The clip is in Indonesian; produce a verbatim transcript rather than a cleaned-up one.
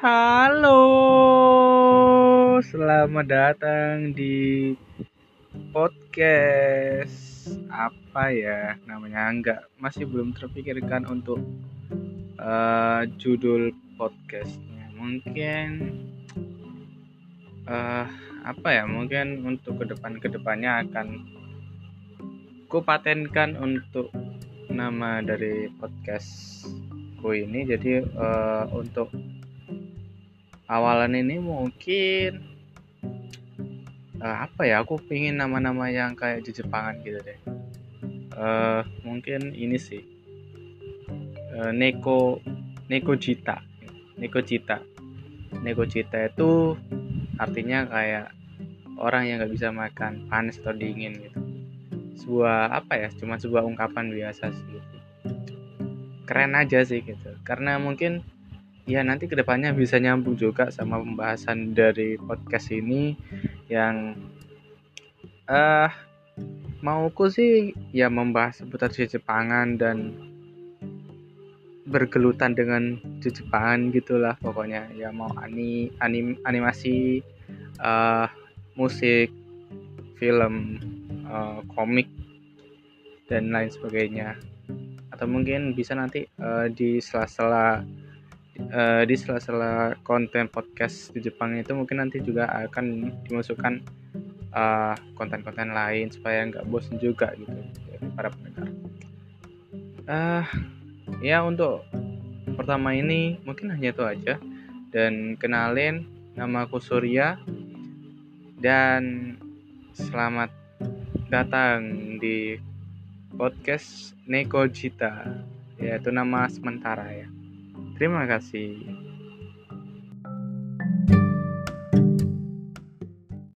Halo, selamat datang di podcast apa ya namanya? Enggak, masih belum terpikirkan untuk uh, judul podcastnya. Mungkin uh, apa ya? Mungkin untuk kedepan kedepannya akan kupatenkan untuk nama dari podcastku ini. Jadi uh, untuk awalan ini mungkin uh, apa ya, aku pingin nama-nama yang kayak di Jepangan gitu deh. Uh, mungkin ini sih uh, Neko Neko Cita Neko Cita Neko Cita itu artinya kayak orang yang nggak bisa makan panas atau dingin gitu. Sebuah apa ya, cuma sebuah ungkapan biasa sih gitu. Keren aja sih gitu, karena mungkin ya nanti kedepannya bisa nyambung juga sama pembahasan dari podcast ini yang eh uh, mauku sih ya membahas seputar Jepangan dan bergelutan dengan Jepangan gitulah pokoknya. Ya mau ani anim animasi, uh, musik, film, uh, komik dan lain sebagainya. Atau mungkin bisa nanti uh, di sela-sela uh, di sela-sela konten podcast di Jepang itu mungkin nanti juga akan dimasukkan uh, konten-konten lain supaya nggak bosan juga gitu dari para pendengar. Uh, ya untuk pertama ini mungkin hanya itu aja, dan kenalin, nama aku Surya dan selamat datang di podcast Neko Cita, yaitu nama sementara ya. Terima kasih.